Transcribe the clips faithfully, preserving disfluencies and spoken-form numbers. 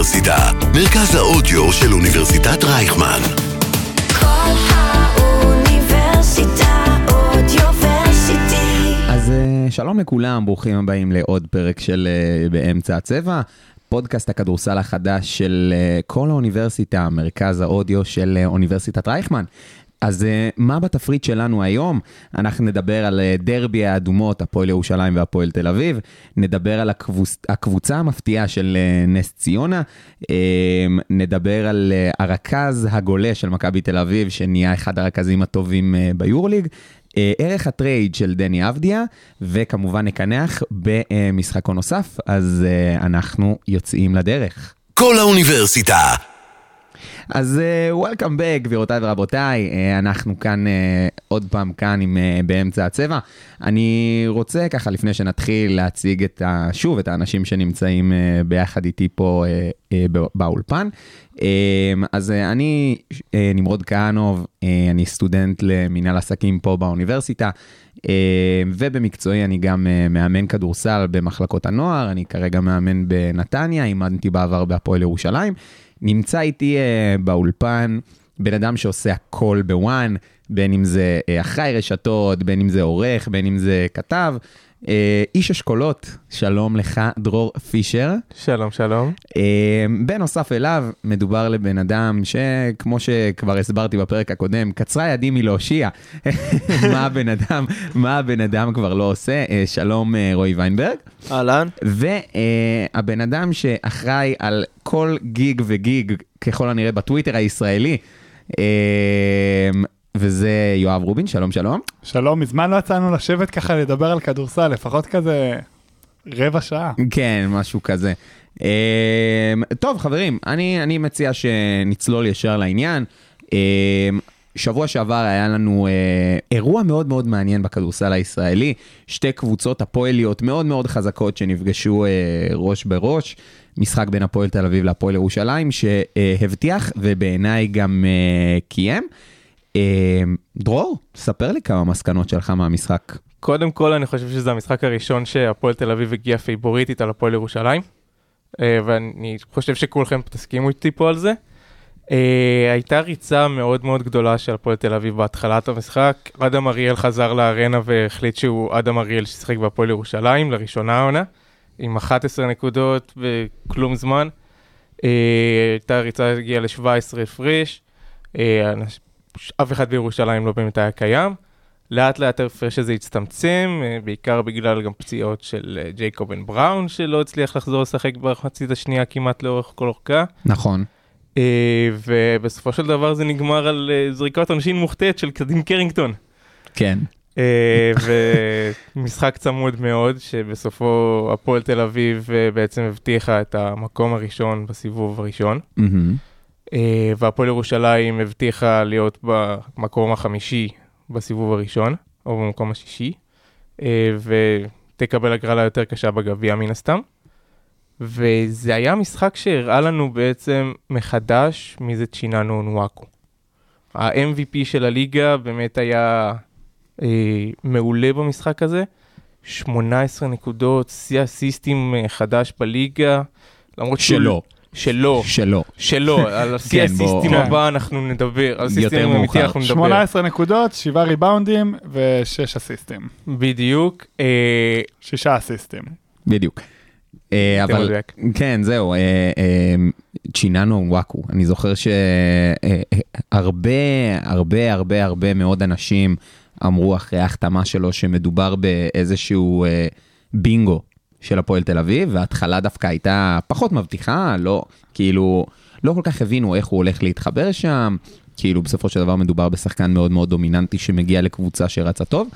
האוניברסיטה, מרכז האודיו של אוניברסיטת רייכמן. כל האוניברסיטה אודיוורסיטי. אז שלום לכולם, ברוכים הבאים לעוד פרק של באמצע הצבע, פודקאסט הכדורסל החדש של כל האוניברסיטה, מרכז האודיו של אוניברסיטת רייכמן. אז מה בתפריט שלנו היום? אנחנו נדבר על דרבי האדומות, הפועל ירושלים והפועל תל אביב, נדבר על הקבוצ... הקבוצה המפתיעה של נס ציונה, נדבר על הרכז הגולה של מכבי תל אביב, שנהיה אחד הרכזים הטובים ביורוליג, ערך הטרייד של דני אבדיה, וכמובן נקנח במשחקו נוסף, אז אנחנו יוצאים לדרך. כל האוניברסיטה. אז uh, welcome back, גבירותיי ורבותיי, uh, אנחנו כאן uh, עוד פעם כאן עם, uh, באמצע הצבע. אני רוצה ככה לפני שנתחיל להציג את ה, שוב את האנשים שנמצאים uh, ביחד איתי פה uh, uh, באולפן. Uh, אז uh, אני uh, נמרוד כהנוב, uh, אני סטודנט למנהל עסקים פה באוניברסיטה, uh, ובמקצועי אני גם uh, מאמן כדורסל במחלקות הנוער, אני כרגע מאמן בנתניה, אימנתי בעבר בהפועל ירושלים. נמצא איתי uh, באולפן, בן אדם שעושה הכל בוואן, בין אם זה uh, אחראי רשתות, בין אם זה עורך, בין אם זה כתב. Uh, איש אשכולות, שלום לך דרור פישר. שלום, שלום. Uh, בנוסף אליו, מדובר לבן אדם שכמו שכבר הסברתי בפרק הקודם, קצרה ידי מלהושיע. מה הבן אדם, מה הבן אדם כבר לא עושה. Uh, שלום uh, רועי ויינברג. אהלן. והבן אדם שאחראי על כל גיג וגיג, ככל הנראה בטוויטר הישראלי, וזה יואב רובין, שלום שלום. שלום, מזמן לא יצאנו לשבת ככה לדבר על כדורסל, לפחות כזה רבע שעה. כן, משהו כזה. טוב חברים, אני, אני מציע שנצלול ישר לעניין. שבוע שעבר היה לנו אה, אירוע מאוד מאוד מעניין בכדורסל הישראלי, שתי קבוצות הפועליות מאוד מאוד חזקות שנפגשו אה, ראש בראש, משחק בין הפועל תל אביב להפועל ירושלים שהבטיח ובעיניי גם אה, קיים. אה, דרור, ספר לי כמה מסקנות שלך מהמשחק. קודם כל אני חושב שזה המשחק הראשון שהפועל תל אביב הגיעה פייבוריטית על הפועל ירושלים, אה, ואני חושב שכולכם תסכימו איתי פה על זה. Uh, הייתה ריצה מאוד מאוד גדולה של הפועל תל אביב בהתחלת המשחק. אדם אריאל חזר לארנה והחליט שהוא אדם אריאל ששיחק בהפועל ירושלים לראשונה העונה, עם אחת עשרה נקודות וכלום זמן. Uh, הייתה ריצה הגיעה ל-שבע עשרה הפרש, uh, אף אחד בירושלים לא באמת היה קיים. לאט לאט הפרש הזה הצטמצם, uh, בעיקר בגלל גם פציעות של uh, ג'ייקובן בראון שלא הצליח לחזור לשחק במחצית השנייה כמעט לאורך כל אורכה. נכון. ובסופו של דבר זה נגמר על זריקת עונשין מוחטאת של קדים קרינגטון. כן. ומשחק צמוד מאוד, שבסופו הפועל תל אביב בעצם הבטיחה את המקום הראשון בסיבוב הראשון. והפועל ירושלים הבטיחה להיות במקום החמישי בסיבוב הראשון, או במקום השישי, ותקבל הגרלה יותר קשה בגביע מן הסתם. וזה היה משחק שהראה לנו בעצם מחדש מי זה צ'יננו אונוואקו. ה-אם וי פי של הליגה באמת היה אה, מעולה במשחק הזה. שמונה עשרה נקודות, שיא אסיסטים חדש בליגה. למרות שלו. שלו. שלו. שלו. על שיא אסיסטים הבא אנחנו נדבר. על יותר מאוחר. שמונה עשרה נקודות, שבעה ריבאונדים ושש אסיסטים. בדיוק. אה, שישה אסיסטים. בדיוק. אבל כן, זהו, צ'יננו אונוואקו, אני זוכר שהרבה הרבה הרבה הרבה מאוד אנשים אמרו אחרי ההחתמה שלו שמדובר באיזשהו בינגו של הפועל תל אביב, וההתחלה דווקא הייתה פחות מבטיחה, לא, כאילו, לא כל כך הבינו איך הוא הולך להתחבר שם, כאילו בסופו של דבר מדובר בשחקן מאוד מאוד דומיננטי שמגיע לקבוצה שרצה טוב,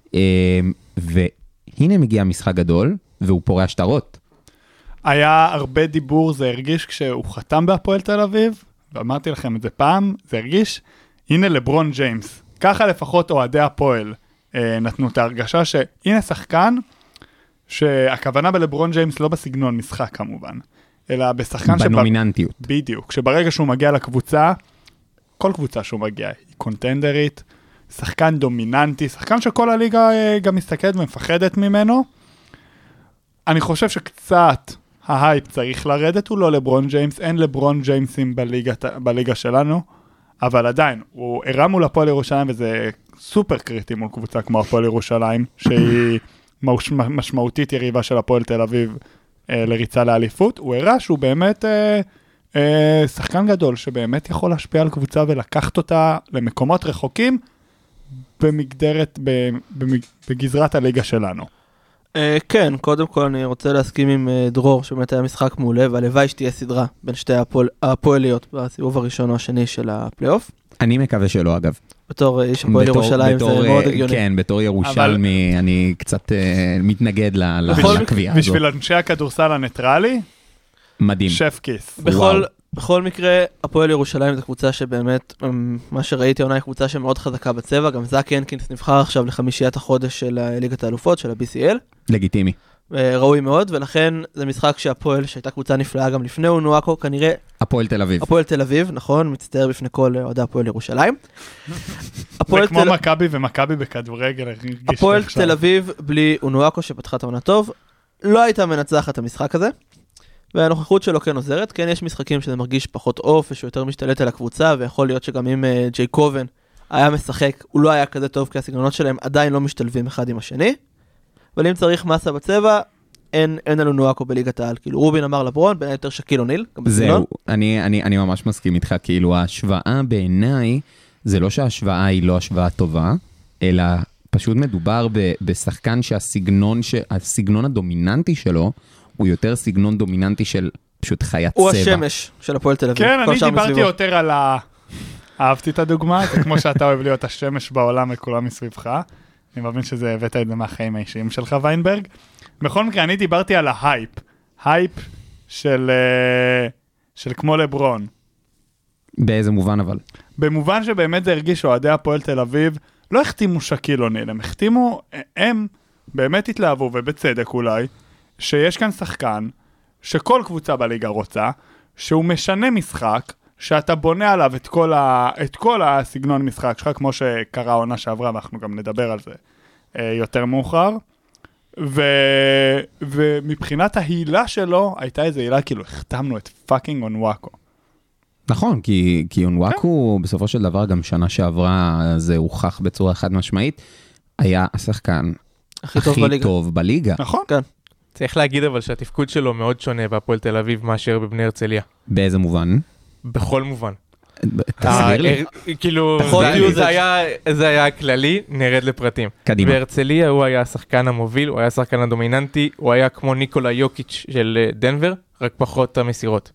והנה מגיע משחק גדול, והוא פורע שטרות. היה הרבה דיבור, זה הרגיש כשהוא חתם בהפועל תל אביב, ואמרתי לכם את זה פעם, זה הרגיש, הנה לברון ג'יימס. ככה לפחות אוהדי הפועל אה, נתנו את ההרגשה שהנה שחקן, שהכוונה בלברון ג'יימס לא בסגנון משחק כמובן, אלא בשחקן בנומיננטיות. שבא... בדיוק, שברגע שהוא מגיע לקבוצה, כל קבוצה שהוא מגיע היא קונטנדרית, שחקן דומיננטי, שחקן שכל הליגה אה, גם מסתכלת ומפחדת ממנו. אני חושב שקצת ההייפ צריך לרדת, הוא לא לברון ג'יימס, אין לברון ג'יימסים בליגה, בליגה שלנו, אבל עדיין, הוא הרם מול הפועל ירושלים, וזה סופר קריטי מול קבוצה כמו הפועל ירושלים, שהיא משמעותית יריבה של הפועל תל אביב אה, לריצה לאליפות, הוא הראה שהוא באמת אה, אה, שחקן גדול, שבאמת יכול להשפיע על קבוצה ולקחת אותה למקומות רחוקים, במגדרת, בגזרת הליגה שלנו. כן, קודם כל אני רוצה להסכים עם דרור, שבאמת היה משחק מעולה, והלוואי שתהיה סדרה בין שתי הפועליות בסיבוב הראשון או השני של הפלייאוף. אני מקווה שלא, אגב. בתור איש הפועל ירושלים זה מאוד הגיוני. כן, בתור ירושלמי אני קצת מתנגד לקביעה הזו. בשביל אנשי הכדורסל הניטרלי, מדהים. שף כיס. בכל מקרה, הפועל ירושלים זו קבוצה שבאמת, מה שראיתי עונה היא קבוצה שמאוד חזקה בצבע, גם זאק הנקינס נבחר עכשיו לחמישיית החודש של ליגת האלופות, של ה-בי סי אל. לגיטימי. ראוי מאוד, ולכן זה משחק שהפועל, שהייתה קבוצה נפלאה גם לפני אונואקו, כנראה... הפועל תל אביב. הפועל תל אביב, נכון, מצטער בפני כל אוהדי הפועל ירושלים. זה כמו מכבי ומכבי בכדורגל. הפועל תל אביב בלי אונואקו שפתחה את העונה טוב, לא הייתה מנצחת המשחק הזה. והנוכחות שלו כן עוזרת, כן יש משחקים שזה מרגיש פחות אוף, ושהוא יותר משתלט על הקבוצה, ויכול להיות שגם אם uh, ג'יי קובן היה משחק, הוא לא היה כזה טוב, כי הסגנונות שלהם עדיין לא משתלבים אחד עם השני, אבל אם צריך מסה בצבע, אין, אין לנו נואקו בליגת העל, כאילו רובין אמר לברון, בין היותר שקיל אוניל, גם בסגנון. זהו, אני, אני, אני ממש מסכים איתך, כאילו ההשוואה בעיניי, זה לא שההשוואה היא לא השוואה טובה, אלא פשוט מדובר ב, בשחקן שהסגנון, ש, הסגנון הדומיננטי שלו, הוא יותר סגנון דומיננטי של פשוט חיית צבע. הוא השמש של הפועל תל אביב. כן, אני דיברתי יותר על ה... אהבתי את הדוגמה, זה כמו שאתה אוהב להיות השמש בעולם וכולם מסביבך. אני מבין שזה הבאת את זה מהחיים האישיים שלך, ויינברג. בכל מקרה, אני דיברתי על ההייפ. הייפ של, של כמו לברון. באיזה מובן אבל? במובן שבאמת זה הרגיש אוהדי הפועל תל אביב, לא החתימו שקיל אוניל, הם החתימו, הם באמת התלהבו, ובצדק אולי, שיש כאן שחקן, שכל קבוצה בליגה רוצה, שהוא משנה משחק, שאתה בונה עליו את כל, ה... את כל הסגנון משחק שלך, כמו שקרה העונה שעברה, ואנחנו גם נדבר על זה אה, יותר מאוחר. ו... ומבחינת ההילה שלו, הייתה איזו הילה, כאילו, החתמנו את פאקינג אונואקו. נכון, כי, כי אונואקו, כן. בסופו של דבר, גם שנה שעברה, זה הוכח בצורה חד משמעית, היה השחקן הכי, הכי טוב, בליגה. טוב בליגה. נכון. כן. צריך להגיד אבל שהתפקוד שלו מאוד שונה בהפועל תל אביב מאשר בבני הרצליה. באיזה מובן? בכל מובן. תסביר לי. כאילו, זה היה הכללי, נרד לפרטים. קדימה. בהרצליה הוא היה השחקן המוביל, הוא היה השחקן הדומיננטי, הוא היה כמו ניקולה יוקיץ' של דנבר, רק פחות המסירות.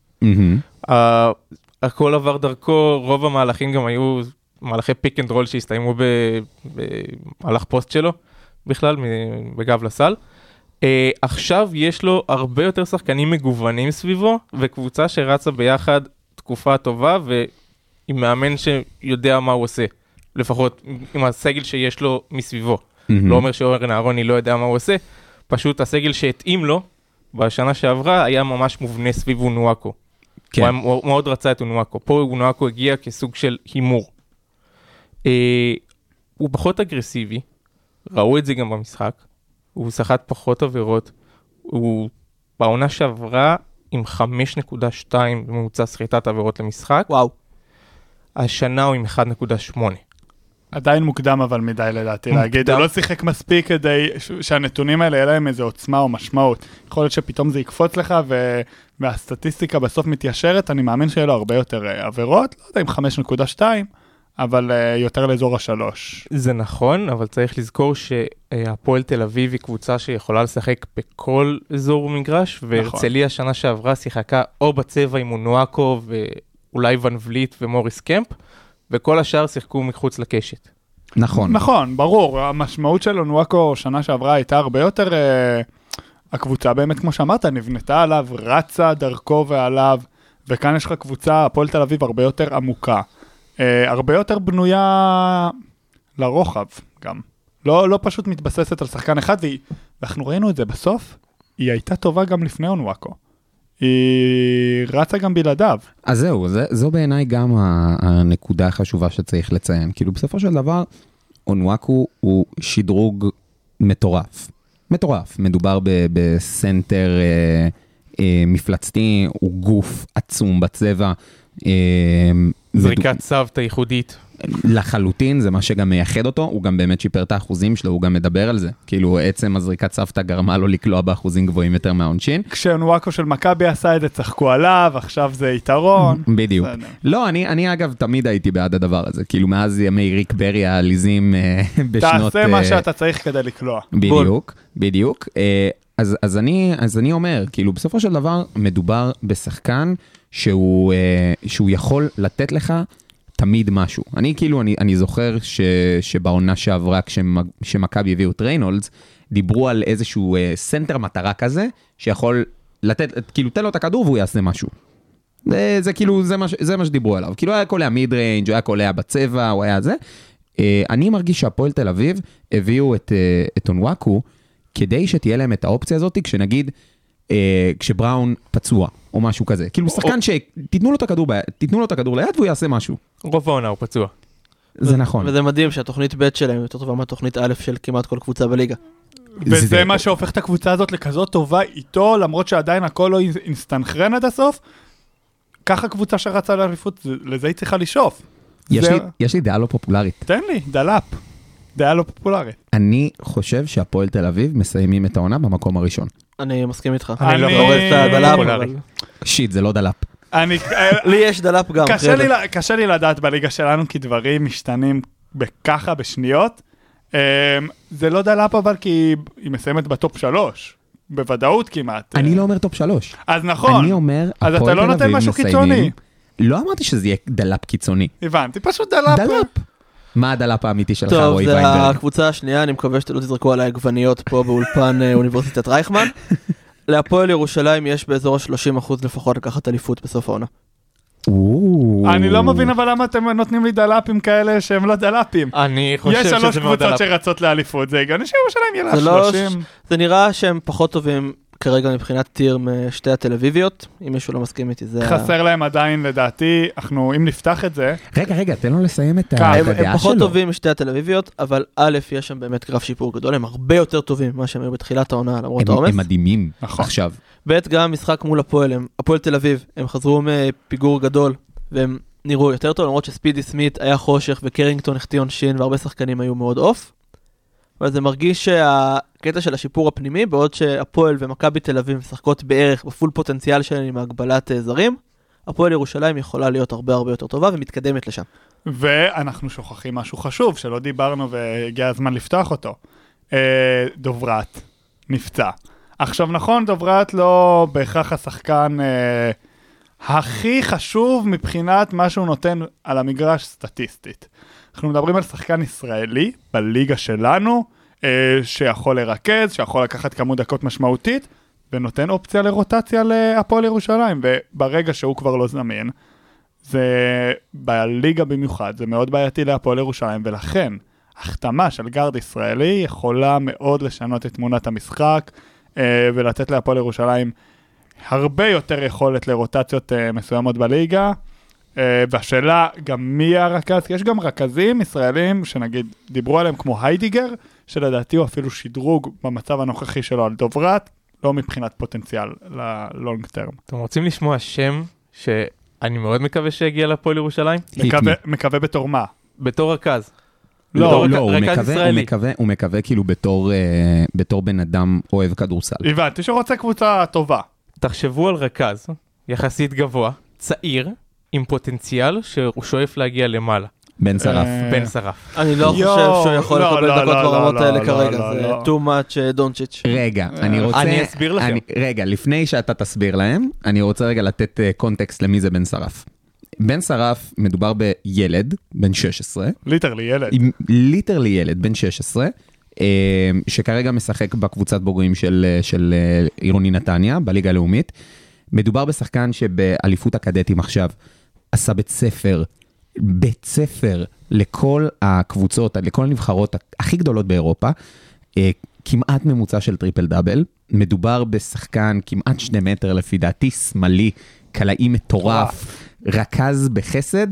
הכל עבר דרכו, רוב המהלכים גם היו מהלכי פיק אנד רול שהסתיימו במהלך פוסט שלו, בכלל, בגב לסל. Uh, עכשיו יש לו הרבה יותר שחקנים מגוונים סביבו, וקבוצה שרצה ביחד תקופה טובה, ועם מאמן שיודע מה הוא עושה. לפחות עם הסגל שיש לו מסביבו. Mm-hmm. לא אומר שאורן אהרוני לא יודע מה הוא עושה, פשוט הסגל שהתאים לו, בשנה שעברה, היה ממש מובנה סביב אונואקו. כן. הוא, הוא מאוד רצה את אונואקו. פה אונואקו הגיע כסוג של הימור. Uh, הוא פחות אגרסיבי, ראו את זה גם במשחק. הוא שחט פחות עבירות, הוא בעונה שעברה עם חמש נקודה שתיים בממוצע שחיטת עבירות למשחק. וואו. השנה הוא עם אחת נקודה שמונה. עדיין מוקדם אבל מדי לדעתי להגיד, הוא לא שיחק מספיק כדי שהנתונים האלה יהיה להם איזו עוצמה או משמעות. יכול להיות שפתאום זה יקפוץ לך והסטטיסטיקה בסוף מתיישרת, אני מאמין שיהיה לו הרבה יותר עבירות, לא יודע אם חמש נקודה שתיים, אבל uh, יותר לאזור השלוש. זה נכון, אבל צריך לזכור שהפועל תל אביב היא קבוצה שיכולה לשחק בכל אזור מגרש, והרצליה נכון. שנה שעברה שיחקה או בצבע עם אונואקו ואולי ון וליט ומוריס קמפ, וכל השאר שיחקו מחוץ לקשת. נכון. נכון, ברור. המשמעות של אונואקו שנה שעברה הייתה הרבה יותר, uh, הקבוצה באמת כמו שאמרת, נבנתה עליו, רצה דרכו ועליו, וכאן יש לך קבוצה, הפועל תל אביב הרבה יותר עמוקה. Uh, הרבה יותר בנויה לרוחב גם. לא, לא פשוט מתבססת על שחקן אחד, והיא, ואנחנו ראינו את זה בסוף, היא הייתה טובה גם לפני אונואקו. היא רצה גם בלעדיו. אז זהו, זה, זו בעיניי גם הנקודה החשובה שצריך לציין. כאילו בסופו של דבר, אונואקו הוא שדרוג מטורף. מטורף. מדובר ב- בסנטר uh, אה, מפלצתי, הוא גוף עצום בצבע. אה, זריקת סבתא ייחודית. לחלוטין, זה מה שגם מייחד אותו, הוא גם באמת שיפר את האחוזים שלו, הוא גם מדבר על זה. כאילו, עצם הזריקת סבתא גרמה לו לקלוע באחוזים גבוהים יותר מהעונשין. כשאונוואקו של מכבי עשה את זה, צחקו עליו, עכשיו זה יתרון. בדיוק. בסדר. לא, אני, אני אגב תמיד הייתי בעד הדבר הזה, כאילו מאז ימי ריק ברי העליזים אה, בשנות... תעשה מה אה, שאתה צריך כדי לקלוע. בדיוק, בדיוק. אה, אז, אז, אני, אז אני אומר, כאילו בסופו של דבר מדובר בשחקן שהוא, אה, שהוא יכול לתת לך תמיד משהו. אני כאילו, אני, אני זוכר ש, שבעונה שעברה כשמכבי הביאו את ריינולדס, דיברו על איזשהו אה, סנטר מטרה כזה, שיכול לתת, כאילו תן לו את הכדור והוא יעשה משהו. זה, זה כאילו, זה מה, זה מה שדיברו עליו. כאילו היה קולע מיד ריינג', היה קולע בצבע, הוא היה זה. אה, אני מרגיש שהפועל תל אביב הביאו את, אה, את אונוואקו, כדי שתהיה להם את האופציה הזאת, כשנגיד, אה, כשבראון פצוע, או משהו כזה. כאילו שחקן שתיתנו לו את הכדור, תיתנו לו את הכדור ליד והוא יעשה משהו. רוב העונה הוא פצוע. זה נכון. וזה מדהים שהתוכנית ב' שלהם יותר טובה מהתוכנית א' של כמעט כל קבוצה בליגה. וזה זה- מה שהופך את הקבוצה הזאת לכזאת טובה איתו, למרות שעדיין הכל לא אינסטנחרן עד הסוף. ככה קבוצה שרצה לאליפות, זה- לזה היא צריכה לשאוף. יש זה- לי, יש לי דעה לא פופולרית. תן לי, דלאפ. דעה לא פופולרית. אני חושב שהפועל תל אביב מסיימים את העונה במקום הראשון. אני מסכים איתך. אני לא אני- הורס את הדלאפ, פופולרי. אבל- שיט, זה לא דלאפ. אני... לי יש דלאפ גם. קשה אחרי לי, זה. ל- קשה לי לדעת בליגה שלנו, כי דברים משתנים בככה, בשניות. אמ, זה לא דלאפ אבל כי היא מסיימת בטופ שלוש. בוודאות כמעט. אני לא אומר טופ שלוש. אז נכון. אני אומר, אז אתה הפועל לא תל נותן אביב משהו מסיימים- קיצוני. לא אמרתי שזה יהיה דלאפ קיצוני. הבנתי, פשוט דלאפ. דלאפ. מה הדלאפ האמיתי שלך, טוב, רועי זה ויינברג? הקבוצה השנייה, אני מקווה שאתם לא תזרקו עליי עגבניות פה באולפן אה, אוניברסיטת רייכמן. להפועל ירושלים יש באזור ה-שלושים אחוז לפחות לקחת אליפות בסוף העונה. אני לא מבין אבל למה אתם נותנים לי דלאפים כאלה שהם לא דלאפים. אני חושב יש שזה שלוש מאוד קבוצות דלאפ. שרצות לאליפות, זה הגיוני שירושלים יהיה לה זה לא... שלושים. זה נראה שהם פחות טובים כרגע מבחינת טיר משתי התל אביביות. אם מישהו לא מסכים איתי, זה... ה- חסר להם עדיין לדעתי, אנחנו אם נפתח את זה, רגע, רגע, תן לו לסיים את ה- הם- את הם, הדעה הם פחות שלו. טובים משתי התל אביביות, אבל א', יש שם באמת גרף שיפור גדול, הם הרבה יותר טובים ממה שהם היו בתחילת העונה, למרות הם- העומס. הם מדהימים נכון. עכשיו. ב', גם משחק מול הפועל, הם- הפועל תל אביב, הם חזרו מפיגור גדול, והם נראו יותר טוב, למרות שספידי סמית היה חושך, וקרינגטון החטיא עונשין, והרבה שחקנים היו מאוד אוף. אבל זה מרגיש שהקטע של השיפור הפנימי, בעוד שהפועל ומכבי תל אביב משחקות בערך בפול פוטנציאל שלהם עם הגבלת אה, זרים, הפועל ירושלים יכולה להיות הרבה הרבה יותר טובה ומתקדמת לשם. ואנחנו שוכחים משהו חשוב שלא דיברנו והגיע הזמן לפתוח אותו. אה, דוברת נפצע. עכשיו נכון, דוברת לא בהכרח השחקן אה, הכי חשוב מבחינת מה שהוא נותן על המגרש סטטיסטית. אנחנו מדברים על שחקן ישראלי בליגה שלנו, אה, שיכול לרכז, שיכול לקחת כמות דקות משמעותית, ונותן אופציה לרוטציה להפועל ירושלים, וברגע שהוא כבר לא זמין, זה בליגה במיוחד, זה מאוד בעייתי להפועל ירושלים, ולכן החתמה של גארד ישראלי יכולה מאוד לשנות את תמונת המשחק, אה, ולתת להפועל ירושלים הרבה יותר יכולת לרוטציות אה, מסוימות בליגה, אה, והשאלה גם מי הרכז, כי יש גם רכזים ישראלים שנגיד דיברו עליהם כמו היידיגר, שלדעתי הוא אפילו שדרוג במצב הנוכחי שלו על דוברת, לא מבחינת פוטנציאל ללונג טרם. אתם רוצים לשמוע שם שאני מאוד מקווה שיגיע לפועל ירושלים? מקווה, מקווה בתור מה? בתור רכז. לא, בתור לא, רכ- הוא רכז מקווה, הוא ישראלי. מקווה, הוא מקווה כאילו בתור, אה, בתור בן אדם אוהב כדורסל. הבנתי שרוצה קבוצה טובה. תחשבו על רכז יחסית גבוה, צעיר, עם פוטנציאל שהוא שואף להגיע למעלה. בן שרף. אה, בן שרף. אני לא יואו, חושב שהוא יכול לא, לקבל לא, דקות לא, ברמות לא, האלה לא, כרגע, לא, זה לא. too much דונצ'יץ'. רגע, אני רוצה... אני אסביר לכם. אני, רגע, לפני שאתה תסביר להם, אני רוצה רגע לתת uh, קונטקסט למי זה בן שרף. בן שרף מדובר בילד, בן שש עשרה, ליטרלי ילד. עם ליטרלי ילד, בן שש עשרה, uh, שכרגע משחק בקבוצת בוגרים של, uh, של uh, עירוני נתניה, בליגה הלאומית. מדובר בשחקן שבאליפות הקדטים עכשיו עשה בית ספר, בית ספר לכל הקבוצות, לכל הנבחרות הכי גדולות באירופה, אה, כמעט ממוצע של טריפל דאבל, מדובר בשחקן כמעט שני מטר לפי דעתי, שמאלי, קלעי מטורף, רכז בחסד,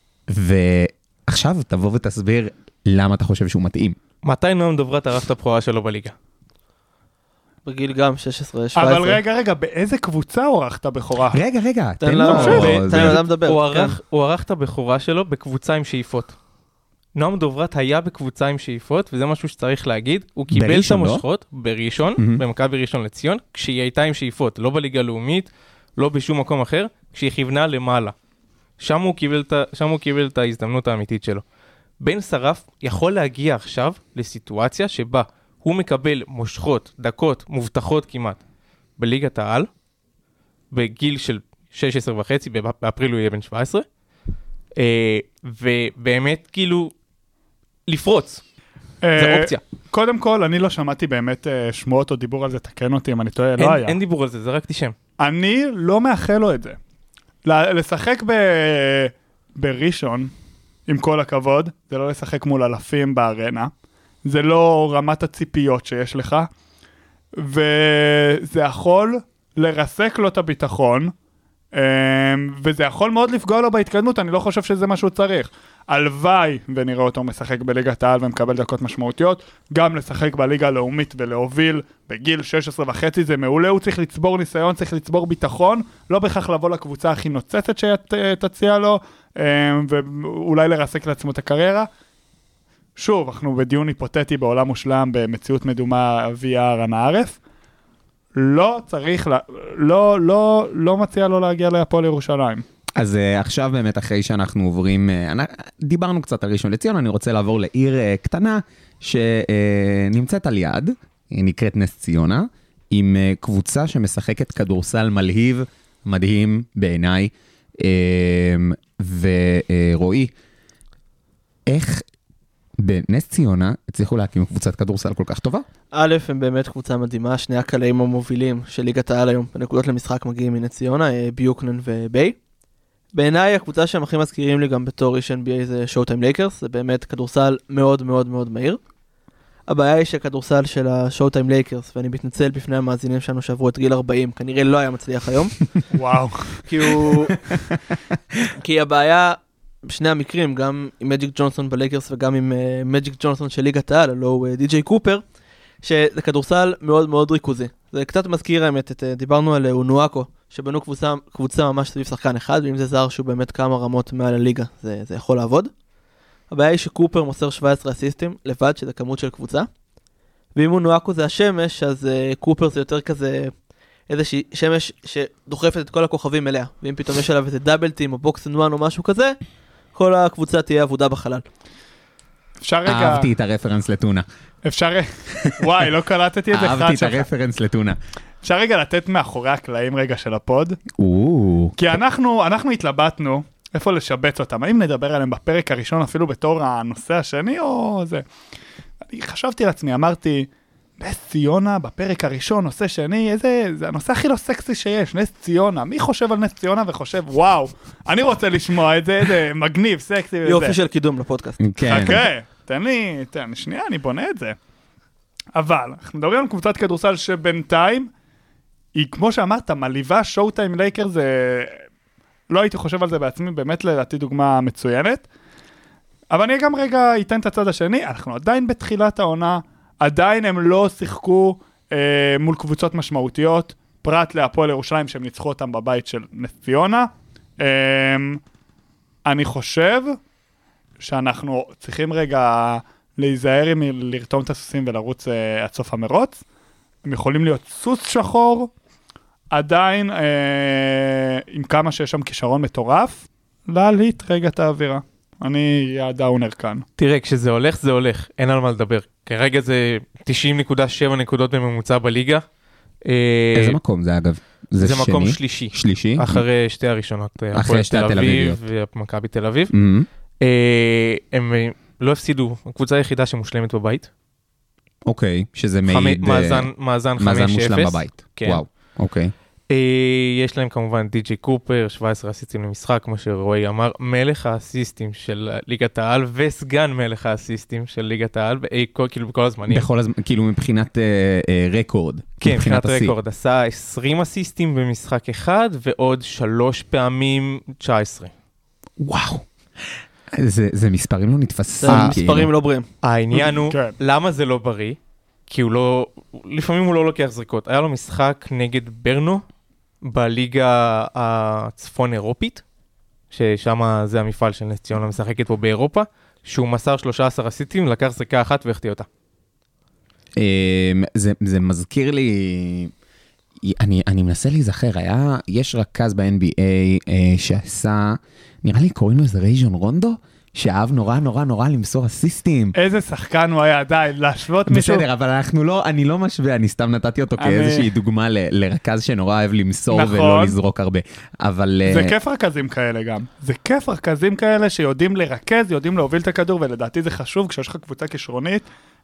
ועכשיו תבוא ותסביר למה אתה חושב שהוא מתאים. מתי נועם דוברת ערך את הבכורה שלו בליגה? בגיל גם שש עשרה שבע עשרה. אבל רגע, רגע, באיזה קבוצה עורכת בכורה? רגע, רגע, תן תן לו, לו... תן לו אדם לדבר. הוא ערך- הוא ערך את הבכורה שלו בקבוצה עם שאיפות. נועם דוברת היה בקבוצה עם שאיפות, וזה משהו שצריך להגיד. הוא קיבל את בראשון, לא? המושכות בראשון, מהמם. במכבי ראשון לציון, כשהיא הייתה עם שאיפות, לא בליגה הלאומית, לא בשום מקום אחר, כשהיא כיוונה למעלה. שם הוא קיבל את ה- שם הוא קיבל את ההזדמנות האמיתית שלו. בן שרף יכול להגיע עכשיו לסיטואציה שבה הוא מקבל מושכות, דקות, מובטחות כמעט, בליגת העל, בגיל של שש עשרה וחצי, באפריל הוא יהיה בן שבע עשרה, אה, ובאמת כאילו לפרוץ, אה, זה אופציה. קודם כל, אני לא שמעתי באמת אה, שמועות או דיבור על זה, תקן אותי אם אני טועה, לא אין, היה. אין דיבור על זה, זרקתי שם. אני לא מאחל לו את זה. ל- לשחק ב... בראשון, עם כל הכבוד, זה לא לשחק מול אלפים בארנה, זה לא רמת הציפיות שיש לך, וזה יכול לרסק לו את הביטחון, וזה יכול מאוד לפגוע לו בהתקדמות, אני לא חושב שזה מה שהוא צריך. הלוואי ונראה אותו משחק בליגת העל ומקבל דקות משמעותיות, גם לשחק בליגה הלאומית ולהוביל בגיל שש עשרה וחצי זה מעולה, הוא צריך לצבור ניסיון, צריך לצבור ביטחון, לא בכך לבוא לקבוצה הכי נוצצת שתציע לו, ואולי לרסק לעצמו את הקריירה. שוב, אנחנו בדיון היפותטי בעולם מושלם, במציאות מדומה אבי ארן הערף, לא צריך, לה, לא, לא, לא מציע לו להגיע להפועל ירושלים. אז uh, עכשיו באמת אחרי שאנחנו עוברים, uh, דיברנו קצת על ראשון לציון, אני רוצה לעבור לעיר uh, קטנה שנמצאת uh, על יד, היא נקראת נס ציונה, עם uh, קבוצה שמשחקת כדורסל מלהיב, מדהים בעיניי, uh, ורועי, איך בנס ציונה הצליחו להקים קבוצת כדורסל כל כך טובה? א', הם באמת קבוצה מדהימה, שני הקלעים המובילים של ליגת העל היום, בנקודות למשחק מגיעים מנס ציונה, ביוקנן וביי. בעיניי הקבוצה שהם הכי מזכירים לי גם בתור איש אן בי איי זה שואו-טיים לייקרס, זה באמת כדורסל מאוד מאוד מאוד מהיר. הבעיה היא שהכדורסל של השואו-טיים לייקרס, ואני מתנצל בפני המאזינים שלנו שעברו את גיל ארבעים, כנראה לא היה מצליח היום. וואו. כי הוא... כי הבעיה, בשני המקרים, גם עם מג'יק ג'ונסון בלייקרס וגם עם uh, מג'יק ג'ונסון של ליגת העל, הלוא הוא די ג'יי קופר, שזה כדורסל מאוד מאוד ריכוזי. זה קצת מזכיר האמת, את, דיברנו על אונואקו, שבנו קבוצה, קבוצה ממש סביב שחקן אחד, ואם זה זר שהוא באמת כמה רמות מעל הליגה, זה, זה יכול לעבוד. הבעיה היא שקופר מוסר שבע עשרה אסיסטים לבד, שזה כמות של קבוצה. ואם אונואקו זה השמש, אז uh, קופר זה יותר כזה איזושהי שמש שדוחפת את כל הכוכבים אליה. ואם פתאום יש עליו איזה דאבל טים או בוקס אנד וואן או משהו כזה, כל הקבוצה תהיה עבודה בחלל. אפשר רגע... אהבתי את הרפרנס לטונה. אפשר... וואי, לא קלטתי את זה. אהבתי את הרפרנס לטונה. אפשר רגע לתת מאחורי הקלעים רגע של הפוד? או. כי אנחנו, אנחנו התלבטנו איפה לשבץ אותם. האם נדבר עליהם בפרק הראשון אפילו בתור הנושא השני או זה? אני חשבתי לעצמי, אמרתי, נס ציונה בפרק הראשון, נושא שני, איזה, זה הנושא הכי לא סקסי שיש, נס ציונה. מי חושב על נס ציונה וחושב, וואו, אני רוצה לשמוע את זה, איזה מגניב, סקסי וזה. יופי של קידום לפודקאסט. כן. חכה, תן לי, תן, שנייה, אני בונה את זה. אבל, אנחנו מדברים על קבוצת כדורסל שבינתיים, היא כמו שאמרת, מליבה שואו-טיים לייקר, זה... לא הייתי חושב על זה בעצמי, באמת לדעתי דוגמה מצוינת. אבל אני גם רגע אתן את הצד השני, אנחנו עדיין בתחילת העונה, עדיין הם לא שיחקו אה, מול קבוצות משמעותיות, פרט להפועל ירושלים שהם ניצחו אותם בבית של נס ציונה. אה, אני חושב שאנחנו צריכים רגע להיזהר עם לרתום את הסוסים ולרוץ אה, עד סוף המרוץ. הם יכולים להיות סוס שחור, עדיין אה, עם כמה שיש שם כישרון מטורף, להלהיט רגע את האווירה. אני אהיה הדאונר כאן. תראה, כשזה הולך, זה הולך, אין על מה לדבר. כרגע זה תשעים נקודה שבע נקודות בממוצע בליגה. איזה מקום זה אגב? זה שני? מקום שלישי. שלישי? אחרי שתי הראשונות, הפועל שתי תל התל אביב אביביות. ומכבי תל אביב. Mhm. אה, הם לא הפסידו, הקבוצה היחידה שמושלמת בבית. אוקיי, שזה חמ- מעיד... אה, מאזן- מאזן מאזן חמש אפס. מושלם בבית. כן. וואו, אוקיי. אה, יש להם כמובן די ג'יי קופר, שבע עשרה אסיסטים למשחק, כמו שרועי אמר, מלך האסיסטים של ליגת העל, וסגן מלך האסיסטים של ליגת העל, באי- כל- כאילו בכל הזמנים. בכל הזמן, כאילו מבחינת אה, אה, רקורד. כן, מבחינת השיא. רקורד, עשה עשרים אסיסטים במשחק אחד, ועוד שלוש פעמים תשע עשרה. וואו. זה, זה מספרים לא נתפסים. זה כאילו. מספרים לא בריאים. העניין הוא, כן. למה זה לא בריא? כי הוא לא, לפעמים הוא לא לוקח זריקות. היה לו משחק נגד ברנו, בליגה הצפון אירופית, ששם זה המפעל של נס ציונה משחקת פה באירופה, שהוא מסר שלושה עשר אסיסטים, לקח זריקה אחת והחטיא אותה. זה, זה מזכיר לי, אני, אני מנסה להיזכר, היה, יש רכז ב-אן בי איי שעשה, נראה לי קוראים לו איזה רייז'ון רונדו, שאהב נורא נורא נורא למסור אסיסטים. איזה שחקן הוא היה, די, להשוות מישהו. בסדר, אבל אנחנו לא, אני לא משווה, אני סתם נתתי אותו אני... כאיזושהי דוגמה ל, לרכז שנורא אוהב למסור נכון. ולא לזרוק הרבה. אבל... זה כיף רכזים כאלה גם. זה כיף רכזים כאלה שיודעים לרכז, יודעים להוביל את הכדור, ולדעתי זה חשוב כשיש לך קבוצה כישרונית.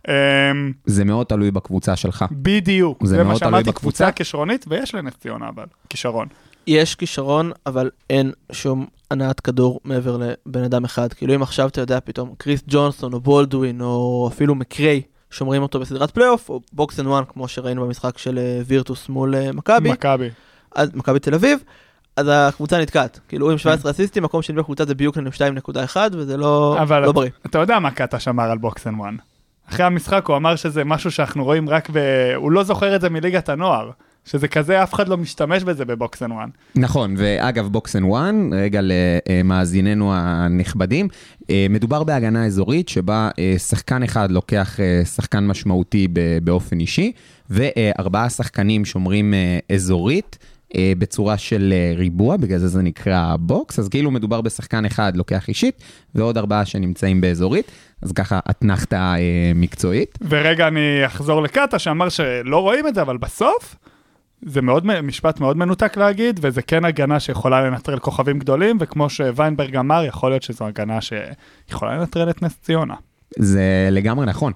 זה מאוד תלוי בקבוצה שלך. בדיוק. זה זה מה מאוד תלוי שאמרתי, בקבוצה. קבוצה כישרונית, ויש לנס ציונה אבל, כישרון. יש כישרון, אבל אין שום הנעת כדור מעבר לבן אדם אחד. כאילו אם עכשיו אתה יודע פתאום, קריס ג'ונסון או בולדווין או אפילו מקריי, שומרים אותו בסדרת פלייאוף, או בוקס אנד וואן, כמו שראינו במשחק של וירטוס מול מכבי. מכבי. אז מכבי תל אביב, אז הקבוצה נתקעת. כאילו עם שבע עשרה אסיסטים, מקום שני בקבוצה זה ביוקנן עם שתיים נקודה אחת, וזה לא, לא בריא. אתה יודע מה קטש אמר על בוקס אנד וואן. אחרי המשחק הוא אמר שזה משהו שאנחנו רואים רק ב... הוא לא זוכר את זה מליגת הנוער. שזה כזה, אף אחד לא משתמש בזה בבוקס אנד וואן. נכון, ואגב, בוקס אנד וואן, רגע למאזיננו הנכבדים, מדובר בהגנה אזורית, שבה שחקן אחד לוקח שחקן משמעותי באופן אישי, וארבעה שחקנים שומרים אזורית, בצורה של ריבוע, בגלל זה זה נקרא בוקס, אז כאילו מדובר בשחקן אחד לוקח אישית, ועוד ארבעה שנמצאים באזורית, אז ככה אתנחתה מקצועית. ורגע אני אחזור לקטה, שאמר שלא רואים את זה, אבל בסוף, זה מאוד, משפט מאוד מנותק להגיד, וזה כן הגנה שיכולה לנטרל כוכבים גדולים, וכמו שוויינברג אמר, יכול להיות שזו הגנה שיכולה לנטרל את נס ציונה. זה לגמרי נכון.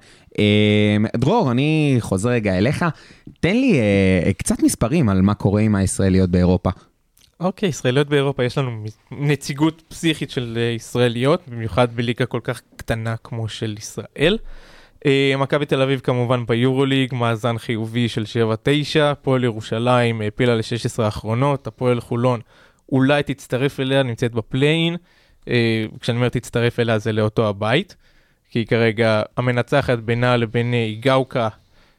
דרור, אני חוזר רגע אליך, תן לי קצת מספרים על מה קורה עם הישראליות באירופה. אוקיי, ישראליות באירופה, יש לנו נציגות פסיכית של ישראליות, במיוחד בליגה כל כך קטנה כמו של ישראל. מכבי תל אביב כמובן ביורוליג, מאזן חיובי של שבע תשע, הפועל ירושלים העפילה ל-שש עשרה האחרונות, הפועל חולון אולי תצטרף אליה, נמצאת בפליין, כשאני אומר תצטרף אליה זה לאותו הבית, כי כרגע המנצחת בינה לבין איגאוקה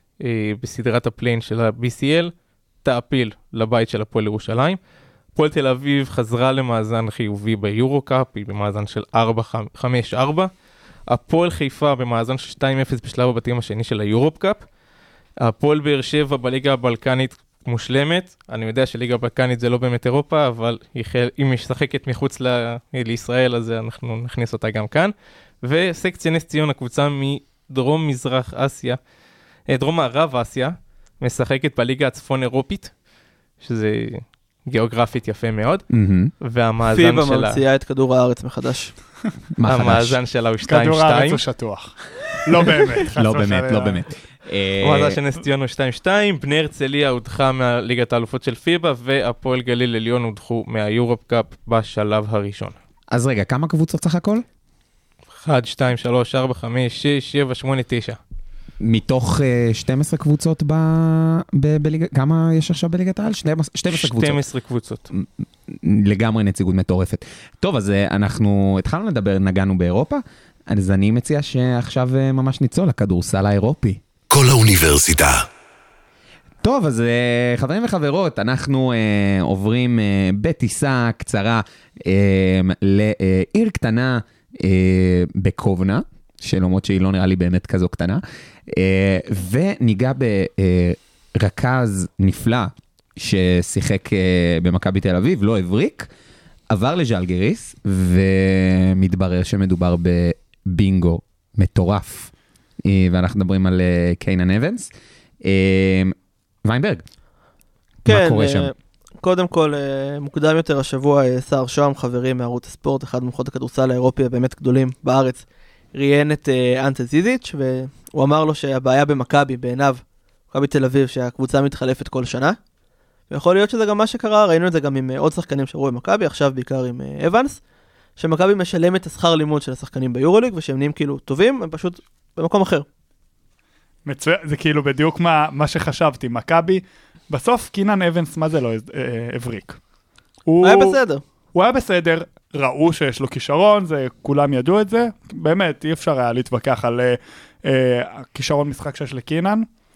בסדרת הפליין של ה-בי סי אל, תעפיל לבית של הפועל ירושלים. הפועל תל אביב חזרה למאזן חיובי ביורו-קאפ, היא במאזן של ארבע חמש ארבע, הפועל חיפה במאזן של שתיים אפס בשלב הבתים השני של היורופ-קאפ. הפועל באר שבע בליגה הבלקנית מושלמת. אני יודע שליגה הבלקנית זה לא באמת אירופה, אבל היא חל... אם היא משחקת מחוץ ל... לישראל, אז אנחנו נכניס אותה גם כאן. וסקציה נס ציונה, קבוצה מדרום מזרח אסיה, דרום מערב אסיה, משחקת בליגה הצפון אירופית, שזה גיאוגרפית יפה מאוד. והמאזן שלה... פיבה ממציאה את כדור הארץ מחדש. המאזן שלה הוא שתיים שתיים. כדור הארץ הוא שטוח. לא באמת. לא באמת, לא באמת. המאזן של נס ציונה הוא שתיים שתיים, בני הרצליה הודחה מהליגת האלופות של פיבה, והפועל גליל עליון הודחו מהיורופ קאפ בשלב הראשון. אז רגע, כמה קבוצות סך הכל? אחת, שתיים, שלוש, ארבע, חמש, שש, שבע, שמונה, תשע. מתוך שתים עשרה קבוצות בליגה, כמה יש עכשיו בליגת העל? שתים עשרה קבוצות. שתים עשרה קבוצות. לגמרי נציגות מטורפת. טוב, אז אנחנו התחלנו לדבר, נגענו באירופה, אז אני מציע שעכשיו ממש ניצול לכדורסל האירופי. כל האוניברסיטה. טוב, אז חברים וחברות, אנחנו אה, עוברים אה, בטיסה קצרה אה, לעיר קטנה אה, בקובנה, שלמרות שהיא לא נראה לי באמת כזו קטנה, אה, וניגע ברכז נפלא ששיחק אה, במכבי תל אביב, לא הבריק, עבר לז'לגיריס, ומתברר שמדובר בבינגו מטורף. אה, ואנחנו מדברים על אה, קיינן אבנס. אה, ויינברג, כן, מה קורה שם? קודם כל, מוקדם יותר השבוע, שר שוהם, חברים מערוץ הספורט, אחד ממוחות הכדורסל האירופי הבאמת גדולים בארץ, ראיין את אנטה זיזיץ', והוא אמר לו שהבעיה במכבי, בעיניו, מכבי תל אביב, שהקבוצה מתחלפת כל שנה, ויכול להיות שזה גם מה שקרה, ראינו את זה גם עם עוד שחקנים שראו במכבי, עכשיו בעיקר עם אבנס, שמכבי משלם את השכר לימוד של השחקנים ביורוליג, ושהם נהיים כאילו טובים, הם פשוט במקום אחר. מצוין, זה כאילו בדיוק מה, מה שחשבתי, מכבי, בסוף קינן אבנס, מה זה לא הבריק? הוא היה בסדר. הוא היה בסדר, ראו שיש לו כישרון, זה, כולם ידעו את זה, באמת, אי אפשר היה להתווכח על uh, uh, כישרון משחק שיש לקינן,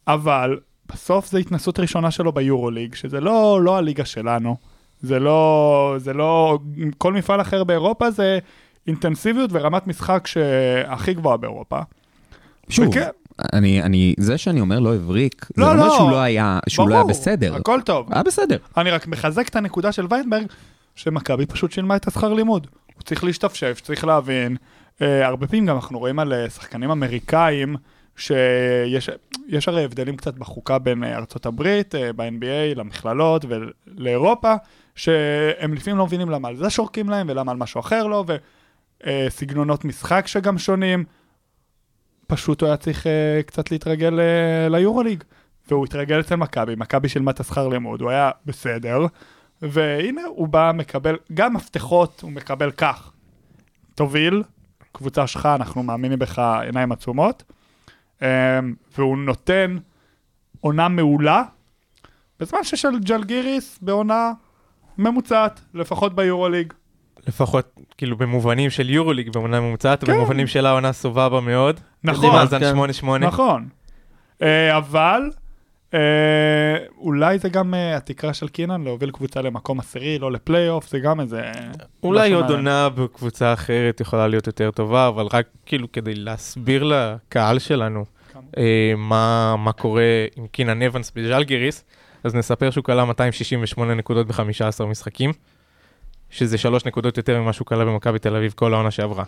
אבל בסוף זה התנסות ראשונה שלו ביורוליג, שזה לא, לא הליגה שלנו, זה לא, זה לא, כל מפעל אחר באירופה זה אינטנסיביות ורמת משחק שהכי גבוהה באירופה. שוב, וכן, אני, אני, זה שאני אומר לא הבריק, לא, זה אומר לא. שהוא לא היה, שהוא לא היה בסדר. הכל טוב. היה בסדר. אני רק מחזק את הנקודה של ויינברג, שמכבי פשוט שילמה את השכר לימוד. הוא צריך להשתפשף, צריך להבין. אה, הרבה פעמים גם אנחנו רואים על אה, שחקנים אמריקאים, שיש יש הרי הבדלים קצת בחוקה בין אה, ארצות הברית, אה, ב-אן בי איי, למכללות ולאירופה, שהם לפעמים לא מבינים למה על זה שורקים להם, ולמה על משהו אחר לא, וסגנונות משחק שגם שונים. פשוט הוא היה צריך אה, קצת להתרגל אה, ליורוליג. והוא התרגל אצל מכבי, מכבי שילמה את השכר לימוד, הוא היה בסדר, והנה הוא בא, מקבל, גם מפתחות הוא מקבל כך, תוביל, קבוצה שלך, אנחנו מאמינים בך עיניים עצומות, והוא נותן עונה מעולה, בזמן ששל ג'לגיריס בעונה ממוצעת, לפחות ביורוליג. לפחות, כאילו, במובנים של יורוליג, בעונה ממוצעת, במובנים של העונה סובבה מאוד. נכון. מאזן שמונה שמונה. נכון. אבל... אולי זה גם התקרה של קינן להוביל קבוצה למקום עשירי, לא לפלייאוף, זה גם איזה... אולי עוד עונה בקבוצה אחרת יכולה להיות יותר טובה, אבל רק כאילו כדי להסביר לקהל שלנו מה קורה עם קינן אבנס בז'לגיריס, אז נספר שהוא קלה מאתיים שישים ושמונה נקודות ב-חמישה עשר משחקים, שזה שלוש נקודות יותר ממה שהוא קלה במכבי תל אביב כל העונה שעברה.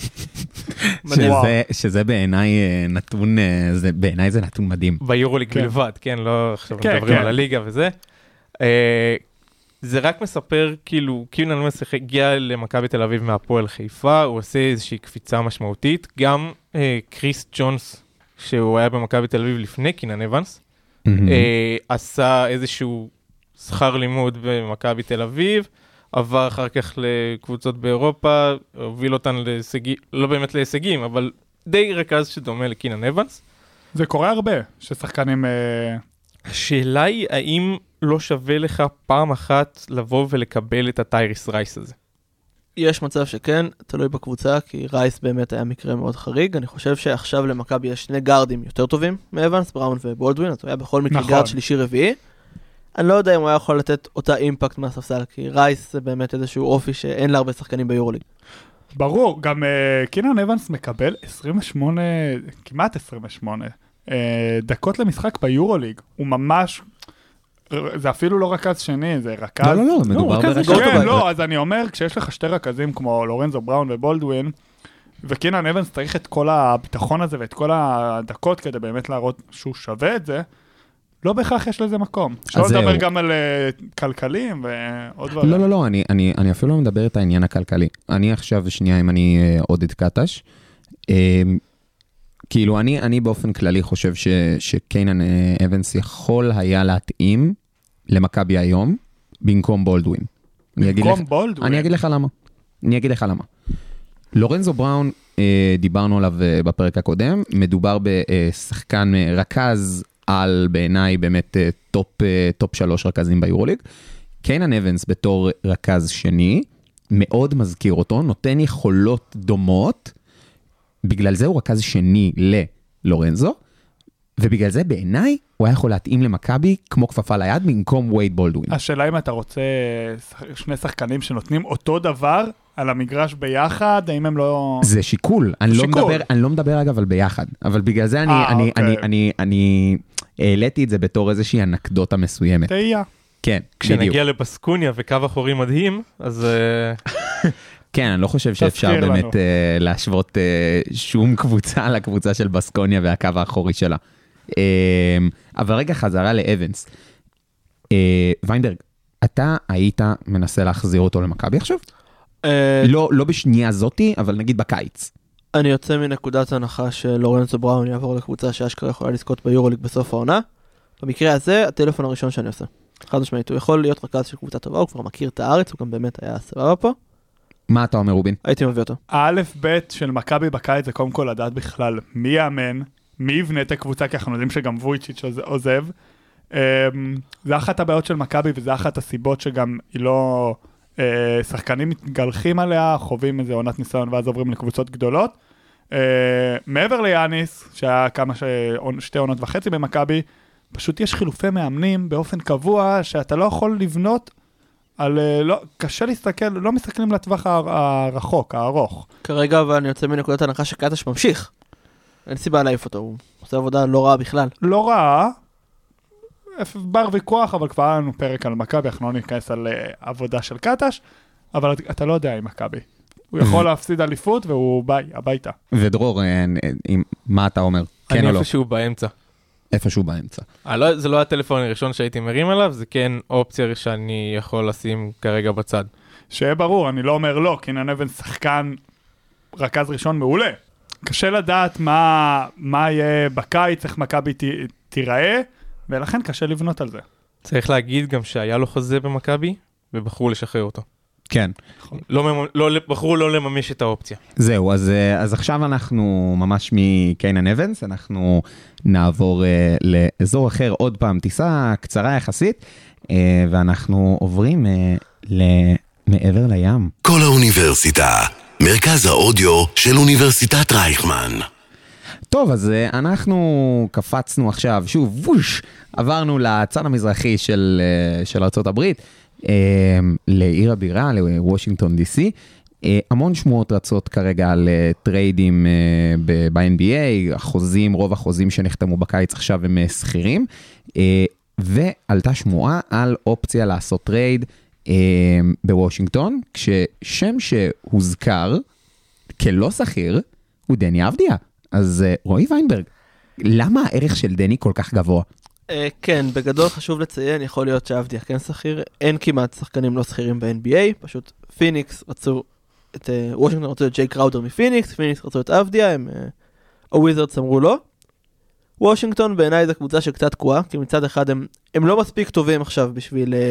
שזה, שזה בעיניי נתון, זה, בעיניי זה נתון מדהים. ביורוליג כן. בלבד, כן, לא עכשיו כן, מדברים כן. על הליגה וזה. אה, זה רק מספר, כאילו, קינן אבנס הגיע למכבי תל אביב מהפועל חיפה, הוא עושה איזושהי קפיצה משמעותית. גם אה, קריס ג'ונס, שהוא היה במכבי תל אביב לפני קינן אבנס, Mm-hmm. אה, עשה איזשהו שכר לימוד במכבי תל אביב, עבר אחר כך לקבוצות באירופה, הוביל אותן להישגים, לא באמת להישגים, אבל די רכז שדומה לקינן אבנס. זה קורה הרבה, ששחקנים... אה, השאלה היא, האם לא שווה לך פעם אחת לבוא ולקבל את הטייריס רייס הזה? יש מצב שכן, תלוי בקבוצה, כי רייס באמת היה מקרה מאוד חריג. אני חושב שעכשיו למכבי יש שני גארדים יותר טובים מאבנס, בראון ובולדווין, אז הוא היה בכל מקרה נכון. גארד שלישי רביעי. אני לא יודע אם הוא היה יכול לתת אותה אימפקט מהספסל, כי רייס זה באמת איזשהו אופי שאין לה הרבה שחקנים ביורוליג. ברור, גם uh, קינן אבנס מקבל עשרים ושמונה, כמעט עשרים ושמונה uh, דקות למשחק ביורוליג. הוא ממש, זה אפילו לא רכז שני, זה רכז... לא, לא, לא, מדובר רכז ברכז. כן, לא, אז אני אומר, כשיש לך שתי רכזים כמו לורנזו בראון ובולדווין, וקינן אבנס צריך את כל הביטחון הזה ואת כל הדקות כדי באמת להראות שהוא שווה את זה, לא בהכרח יש לזה מקום. אפשר לדבר גם על כלכלים ועוד דברים. לא, לא, לא, אני, אני, אני אפילו לא מדבר את העניין הכלכלי. אני עכשיו, שנייה, אם אני עודד קטש, כאילו, אני, אני באופן כללי חושב ש, שקיינן אבנס יכול היה להתאים למכבי היום, במקום בולדווין. במקום בולדווין? אני אגיד לך למה. אני אגיד לך למה. לורנזו בראון, דיברנו עליו בפרק הקודם, מדובר בשחקן רכז על בעיניי באמת טופ, טופ שלוש רכזים ביורוליג. קיינן אבנס בתור רכז שני, מאוד מזכיר אותו, נותן יכולות דומות, בגלל זה הוא רכז שני ללורנזו, ובגלל זה בעיניי הוא היה יכול להתאים למכבי כמו כפפה ליד במקום וייד בולדווין. השאלה אם אתה רוצה שני שחקנים שנותנים אותו דבר על המגרש ביחד, האם הם לא... זה שיקול. אני לא שיקול. מדבר, אני לא מדבר אגב על ביחד, אבל בגלל זה אני, אה, אני, אוקיי. אני, אני, אני העליתי את זה בתור איזושהי אנקדוטה מסוימת. תהיה. כן, בדיוק. כשנגיע לבסקוניה וקו אחורי מדהים, אז... כן, אני לא חושב שאפשר תזכיר באמת לנו. uh, להשוות uh, שום קבוצה לקבוצה של בסקוניה והקו האחורי שלה. Uh, אבל רגע חזרה לאבנס. Uh, ויינברג, אתה היית מנסה להחזיר אותו למכבי עכשיו? לא, לא בשנייה זאתי, אבל נגיד בקיץ. אני יוצא מנקודת הנחה שלורנצו בראון יעבור לקבוצה שאשכרה יכולה לזכות ביורוליג בסוף העונה. במקרה הזה, הטלפון הראשון שאני עושה. חד משמעית, הוא יכול להיות רכז של קבוצה טובה, הוא כבר מכיר את הארץ, הוא גם באמת היה סבבה פה. מה אתה אומר, רובין? הייתי מביא אותו. האלף בית של מכבי בקיץ זה קודם כל לדעת בכלל מי יאמן, מי יבנה את הקבוצה, כי אנחנו יודעים שגם וויצ'יץ' עוזב. זה אחת הבעיות של מכבי, וזה אחת הסיבות שגם היא לא... שחקנים מתגלחים עליה, חווים איזה עונת ניסיון, ואז עוברים לקבוצות גדולות. Uh, מעבר ליאניס, שהיה כמה ש... שתי עונות וחצי במכבי, פשוט יש חילופי מאמנים באופן קבוע, שאתה לא יכול לבנות על... לא, קשה להסתכל, לא מסתכלים לטווח הרחוק, הארוך. כרגע, אבל אני יוצא מנקודת הנחה שקטש ממשיך. אין סיבה להעיף אותו, הוא עושה עבודה לא רעה בכלל. לא רעה, בר ויכוח, אבל כבר היה לנו פרק על מכבי, אנחנו לא ניכנס על uh, עבודה של קטש, אבל אתה לא יודע עם מכבי. הוא יכול להפסיד אליפות והוא ביי, הביתה. ודרור, מה אתה אומר? כן או לא? אני איפשהו באמצע. איפשהו באמצע. זה לא הטלפון הראשון שהייתי מרים עליו, זה כן אופציה שאני יכול לשים כרגע בצד. שיהיה ברור, אני לא אומר לא, קינן אבן שחקן רכז ראשון מעולה. קשה לדעת מה, מה יהיה בקיץ, איך מכבי ת, תיראה, ולכן קשה לבנות על זה. צריך להגיד גם שהיה לו חוזה במכבי, ובחרו לשחרר אותו. כן. לא, לא, בחרו לא לממש את האופציה. זהו, אז, אז עכשיו אנחנו ממש מקיינן אבנס, אנחנו נעבור uh, לאזור אחר, עוד פעם, טיסה קצרה יחסית, uh, ואנחנו עוברים uh, למעבר לים. כל האוניברסיטה, מרכז האודיו של אוניברסיטת רייכמן. טוב, אז uh, אנחנו קפצנו עכשיו, שוב, ווש, עברנו לצד המזרחי של, uh, של ארצות הברית, Uh, לעיר הבירה, לוושינגטון די סי. Uh, המון שמועות רצות כרגע על uh, טריידים uh, ב-אן בי איי, החוזים, רוב החוזים שנחתמו בקיץ עכשיו הם שכירים, uh, ועלתה שמועה על אופציה לעשות טרייד uh, בוושינגטון, כששם שהוזכר כלא שכיר הוא דני אבדיה. אז uh, רועי ויינברג, למה הערך של דני כל כך גבוה? Uh, כן, בגדול חשוב לציין, יכול להיות שאבדיה כן שכיר, אין כמעט שחקנים לא שכירים ב-אן בי איי, פשוט פיניקס רצו את, uh, וושינגטון רצו את ג'יי קראודר מפיניקס, פיניקס רצו את אבדיה, הם, uh, הוויזרדס אמרו לא. וושינגטון בעיניי זו קבוצה שקצת תקועה, כי מצד אחד הם, הם לא מספיק טובים עכשיו בשביל uh,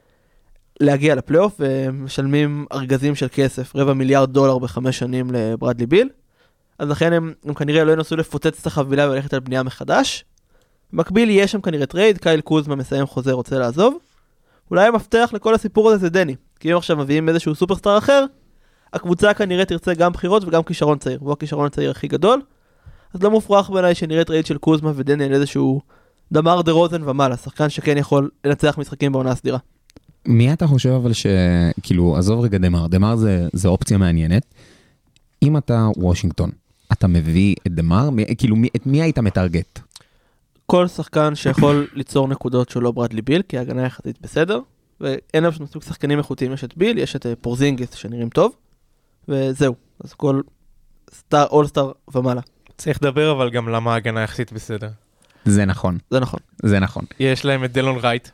להגיע לפלייאוף, ומשלמים ארגזים של כסף, רבע מיליארד דולר בחמש שנים לברדלי ביל, אז לכן הם, הם כנראה לא ינסו לפוצץ את החבילה וללכת על בנייה מחדש. במקביל יש שם כנראה טרייד, קייל קוזמה מסיים חוזה, רוצה לעזוב. אולי המפתח לכל הסיפור הזה זה דני. כי אם עכשיו מביאים איזשהו סופרסטאר אחר, הקבוצה כנראה תרצה גם בחירות וגם כישרון צעיר. והוא הכישרון הצעיר הכי גדול. אז לא מופרך בעיניי שנראה טרייד של קוזמה ודני על איזשהו דמר דה רוזן ומעלה, שחקן שכן יכול לנצח משחקים בעונה הסדירה. מי אתה חושב אבל ש... כאילו, עזוב רגע דמר. דמר זה, זה אופציה מעניינת. אם אתה וושינגטון, אתה מביא את דמר, כאילו, את מי היית מטרגט? כל שחקן שיכול ליצור נקודות שלא ברדלי ביל, כי ההגנה יחסית בסדר, ואין להם מסוג שחקנים איכותיים, יש את ביל, יש את פורזינגיס שנראים טוב, וזהו, אז כל סטאר, אול סטאר ומעלה. צריך לדבר אבל גם למה ההגנה יחסית בסדר. זה נכון. זה נכון. זה נכון. יש להם את דלון רייט,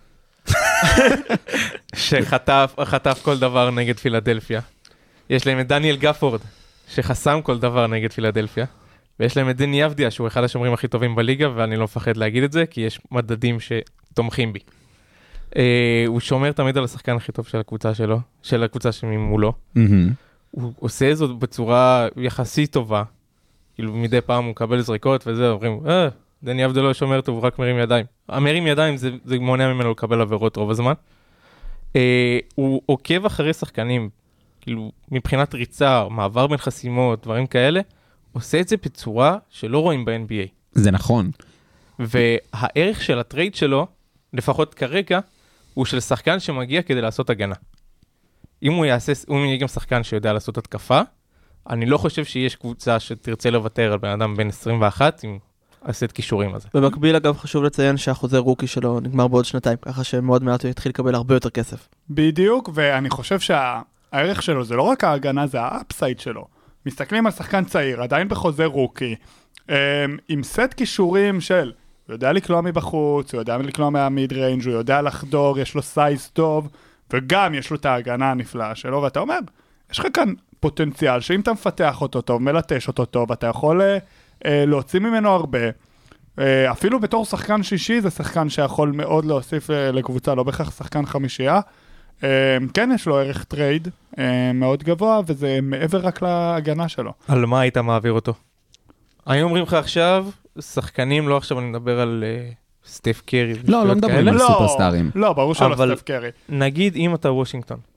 שחטף חטף כל דבר נגד פילדלפיה. יש להם את דניאל גפורד, שחסם כל דבר נגד פילדלפיה. ויש להם את דני אבדיה, שהוא אחד השומרים הכי טובים בליגה, ואני לא מפחד להגיד את זה, כי יש מדדים שתומכים בי. אה, הוא שומר תמיד על השחקן הכי טוב של הקבוצה שלו, של הקבוצה שממולו. Mm-hmm. הוא עושה זאת בצורה יחסית טובה. כאילו מדי פעם הוא מקבל זריקות וזה, אומרים, אה, דני אבדיה לא שומר טוב, הוא רק מרים ידיים. המרים ידיים זה, זה מונע ממנו לקבל עבירות רוב הזמן. אה, הוא עוקב אחרי שחקנים, כאילו מבחינת ריצה, מעבר בין חסימות, דברים כאלה, עושה את זה בצורה שלא רואים ב-אן בי איי. זה נכון. והערך של הטרייד שלו, לפחות כרגע, הוא של שחקן שמגיע כדי לעשות הגנה. אם הוא יעשה, אם הוא יהיה גם שחקן שיודע לעשות התקפה, אני לא חושב שיש קבוצה שתרצה לוותר על בן אדם בין עשרים ואחת עם הסט קישורים הזה. במקביל, אגב, חשוב לציין שהחוזה רוקי שלו נגמר בעוד שנתיים, ככה שמאוד מעט הוא יתחיל לקבל הרבה יותר כסף. בדיוק, ואני חושב שהערך שלו זה לא רק ההגנה, זה האפסייד שלו. מסתכלים על שחקן צעיר, עדיין בחוזה רוקי, עם סט קישורים של, הוא יודע לקלוע מבחוץ, הוא יודע לקלוע מהמיד ריינג', הוא יודע לחדור, יש לו סייז טוב, וגם יש לו את ההגנה הנפלאה שלו, ואתה אומר, יש לך כאן פוטנציאל, שאם אתה מפתח אותו טוב, מלטש אותו טוב, אתה יכול אה, להוציא ממנו הרבה, אה, אפילו בתור שחקן שישי, זה שחקן שיכול מאוד להוסיף אה, לקבוצה, לא בכך שחקן חמישייה, כן, יש לו ערך טרייד מאוד גבוה, וזה מעבר רק להגנה שלו. על מה היית מעביר אותו? אני אומרים לך עכשיו, שחקנים, לא עכשיו אני מדבר על סטף קרי. לא, לא מדברים על סופרסטארים. לא, ברור שלא סטף קרי. נגיד אם אתה וושינגטון,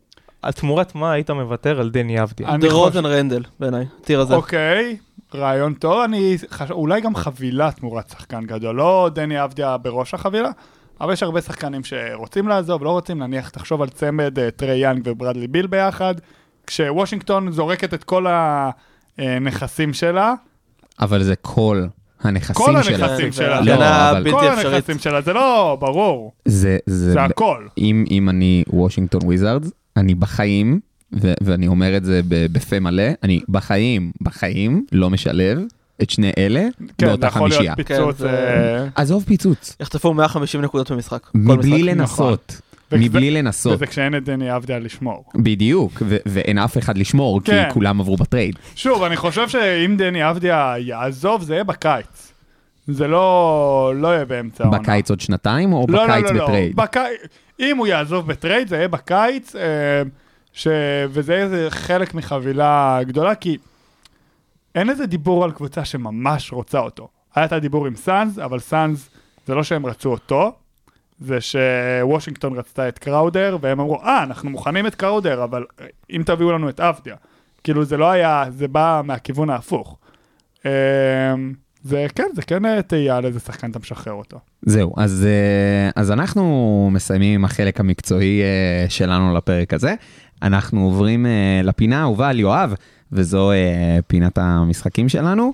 תמורת מה היית מוותר על דני אבדיה? אני דה חושב- רוזן רנדל, בעיניי, טיר הזה. אוקיי, רעיון טוב, אני חש... אולי גם חבילה תמורת שחקן גדול, לא דני אבדיה בראש החבילה, אבל יש הרבה שחקנים שרוצים לעזוב, לא רוצים, נניח, תחשוב על צמד uh, טרי יאנג וברדלי ביל ביחד, כשוושינגטון זורקת את כל הנכסים שלה, אבל זה כל הנכסים כל שלה. הנכסים שלה, לא, הגנה אבל- בלתי כל אפשרית. הנכסים שלה, זה לא ברור, זה, זה, זה הכל. אם, אם אני וושינגטון וויזארדס, אני בחיים, ו- ואני אומר את זה ב- בפה מלא, אני בחיים, בחיים, לא משלב את שני אלה כן, זה באותה יכול חמישייה. להיות כן, פיצוץ. זה- אה, עזוב פיצוץ, יחטפו מאה וחמישים נקודות במשחק. כל מבלי משחק. לנסות, וזה- מבלי לנסות, וזה כשאין את דני אבדיה לשמור. בדיוק, ו- ואין אף אחד לשמור, כי כן. כולם עברו בטרייד. שוב, אני חושב שאם דני אבדיה יעזוב, זה יהיה בקיץ. זה לא, לא יהיה באמצע העונה. בקיץ עוד שנתיים, או לא, בקיץ לא, לא, בטרייד? לא. בקי... אם הוא יעזוב בטרייד, זה יהיה בקיץ, אה, ש... וזה יהיה חלק מחבילה גדולה, כי אין איזה דיבור על קבוצה שממש רוצה אותו. היה את הדיבור עם סאנז, אבל סאנז, זה לא שהם רצו אותו, זה שוושינגטון רצתה את קראודר, והם אמרו, אה, אנחנו מוכנים את קראודר, אבל אם תביאו לנו את אבדיה. כאילו זה לא היה, זה בא מהכיוון ההפוך. אה, זה כן, זה כן תהיה על איזה שחקן אתה משחרר אותו. זהו, אז, אה, אז אנחנו מסיימים עם החלק המקצועי אה, שלנו לפרק הזה. אנחנו עוברים אה, לפינה האהובה על יואב, וזו אה, פינת המשחקים שלנו,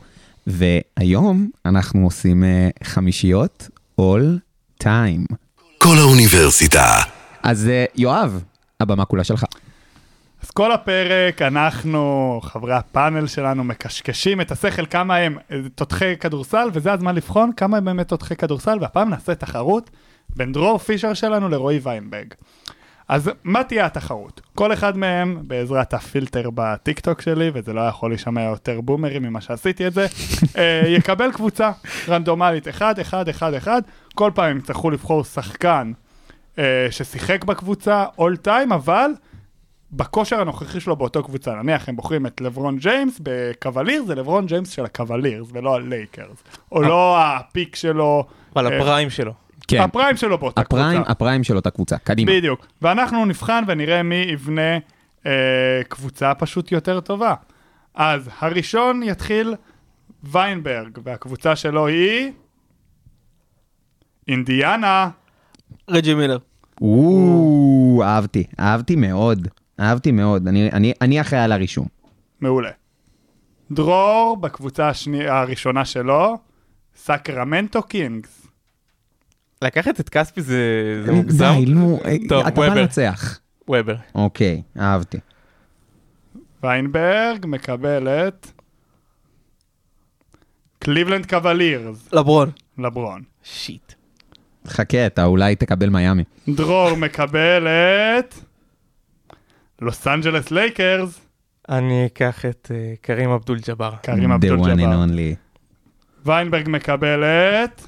והיום אנחנו עושים אה, חמישיות all time. כל האוניברסיטה. אז אה, יואב, הבמה כולה שלך. אז כל הפרק אנחנו, חברי הפאנל שלנו, מקשקשים את השכל כמה הם תותחי כדורסל, וזה הזמן לבחון כמה הם באמת תותחי כדורסל, והפעם נעשה תחרות בין דרור פישר שלנו לרועי ויינברג. אז מה תהיה התחרות? כל אחד מהם, בעזרת הפילטר בטיקטוק שלי, וזה לא יכול להישמע יותר בומרי ממה שעשיתי את זה, אה, יקבל קבוצה רנדומלית אחד, אחד, אחד, אחד, כל פעם הם יצטרכו לבחור שחקן אה, ששיחק בקבוצה all time, אבל בכושר הנוכחי שלו באותו קבוצה. נניח הם בוחרים את לברון ג'יימס בקוולירס, זה לברון ג'יימס של הקוולירס ולא הלייקרס, או לא הפיק שלו, על אה, הפריים שלו. כן, הפריים שלו באותה הפריים, קבוצה. הפריים של אותה קבוצה, קדימה. בדיוק. ואנחנו נבחן ונראה מי יבנה אה, קבוצה פשוט יותר טובה. אז הראשון יתחיל ויינברג, והקבוצה שלו היא אינדיאנה. רג'י מילר. או, אהבתי, אהבתי מאוד, אהבתי מאוד, אני, אני, אני אחראי על הרישום. מעולה. דרור בקבוצה השני, הראשונה שלו, סקרמנטו קינגס. לקחת את כספי זה זה מוגזם. די, נו, טוב, אתה בא וובר. לנצח. וובר. אוקיי, אהבתי. ויינברג מקבל את קליבלנד קוולירס, לברון. לברון. שיט. חכה, אתה אולי תקבל מיאמי. דרור מקבל את לוס אנג'לס לייקרס, אני אקח את אה, קרים אבדול ג'אבר. קרים The אבדול one and ג'אבר. only. ויינברג מקבל את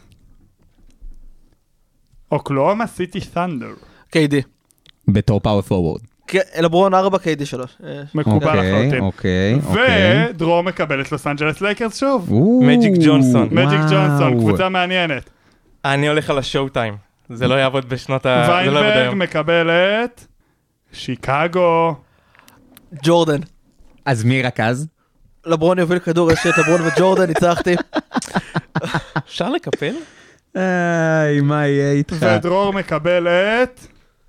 אוקלאומה סיטי ת'נדר. קיי די. בתור פאוור פורוורד. כן, לברון ארבע, קיי די שלוש. אה, מקובל אוקיי, לחלוטין. אוקיי, אוקיי. ודרור מקבל את לוס אנג'לס לייקרס שוב. או, מג'יק ג'ונסון. מג'יק וואו. ג'ונסון, קבוצה מעניינת. אני הולך על השואו טיים. זה לא יעבוד בשנות ה... זה לא יעבוד ויינברג היום. מקבל את שיקגו. ג'ורדן. אז מי רכז? לברון יוביל כדור, יש לי את לברון וג'ורדן, ניצחתי. אפשר לקפל? איי, מה יהיה איתך? ודרור מקבל את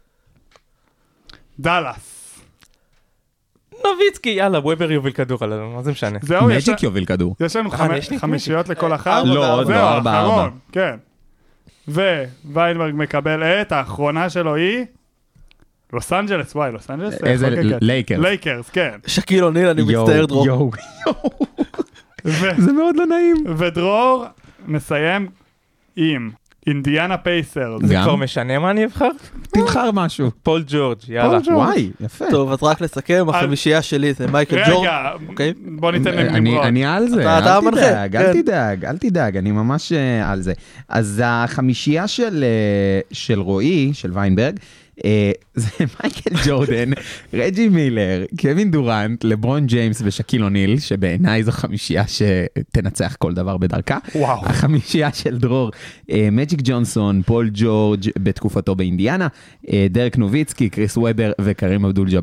דלס. נוביצקי, יאללה, וובר יוביל כדור עלינו, מה זה משנה? זהו, יש מג'יק יוביל כדור. יש לנו אה, חמש- יש לי את חמישיות לכל אחת. ארבע לא, וארבע. עוד זהו, לא, ארבע, האחרון, ארבע. כן. וויינברג מקבל את, האחרונה שלו היא לוס אנג'לס, וואי, לוס אנג'לס. איזה חוגגת. לייקרס. לייקרס, כן. שקיל אוניל, אני יואו, מצטער דרור. יואו, יואו. ו- זה מאוד לא נעים. ודרור מסיים עם אינדיאנה פייסרס. זה גם? כבר משנה מה אני אבחר? תבחר משהו. פול ג'ורג', יאללה. ג'ורג'. וואי, יפה. טוב, אז רק לסכם, החמישייה שלי זה מייקל ג'ורד. רגע, אוקיי. בוא ניתן להם אני, נמרוד. אני על זה, אתה- אתה אל המנחה, תדאג, אל כן. תדאג, אל תדאג, אני ממש אה, על זה. אז החמישייה של, אה, של רועי, של ויינברג, אה, זה מייקל ג'ורדן, רג'י מילר, קווין דורנט, לברון ג'יימס ושקיל אוניל, שבעיניי זו חמישייה שתנצח כל דבר בדרכה. וואו. החמישייה של דרור, אה, מג'יק ג'ונסון, פול ג'ורג' בתקופתו באינדיאנה, אה, דרק נוביצקי, קריס וובר וקרים אבדול ג'אבר.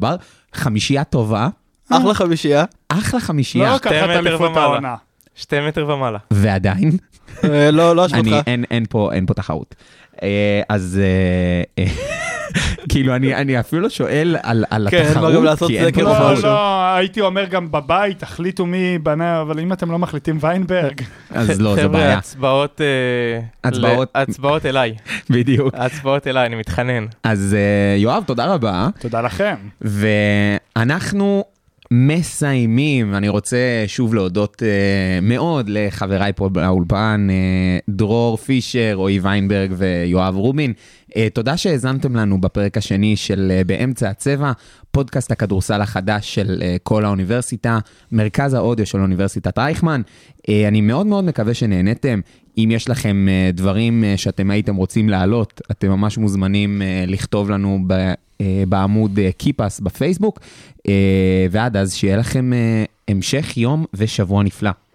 חמישייה טובה, אחלה חמישייה. אחלה לא חמישייה, לקחת מטר אליפות ומעלה. העונה. שתי מטר ומעלה. ועדיין, אה, לא, לא אני, אשמתך. אין, אין פה, אין פה תחרות. אה, אז אה, אה, כאילו, אני, אני אפילו לא שואל על, על כן, אין מה גם התחרות, לעשות כי אין סקר פה או תחרות. משהו. לא, לא, הייתי אומר גם בבית, תחליטו מי בנה, אבל אם אתם לא מחליטים ויינברג. אז לא, זו חבר'ה, בעיה. הצבעות... אה, הצבעות. ל- הצבעות אליי. בדיוק. הצבעות אליי, אני מתחנן. אז אה, יואב, תודה רבה. תודה לכם. ואנחנו מסיימים. אני רוצה שוב להודות uh, מאוד לחבריי פה באולפן, uh, דרור פישר, רועי ויינברג ויואב רובין. Uh, תודה שהאזנתם לנו בפרק השני של uh, באמצע הצבע, פודקאסט הכדורסל החדש של uh, כל האוניברסיטה, מרכז האודיו של אוניברסיטת רייכמן. Uh, אני מאוד מאוד מקווה שנהנתם. אם יש לכם uh, דברים uh, שאתם הייתם רוצים להעלות, אתם ממש מוזמנים uh, לכתוב לנו ב... בעמוד קיפס בפייסבוק, ועד אז שיהיה לכם המשך יום ושבוע נפלא.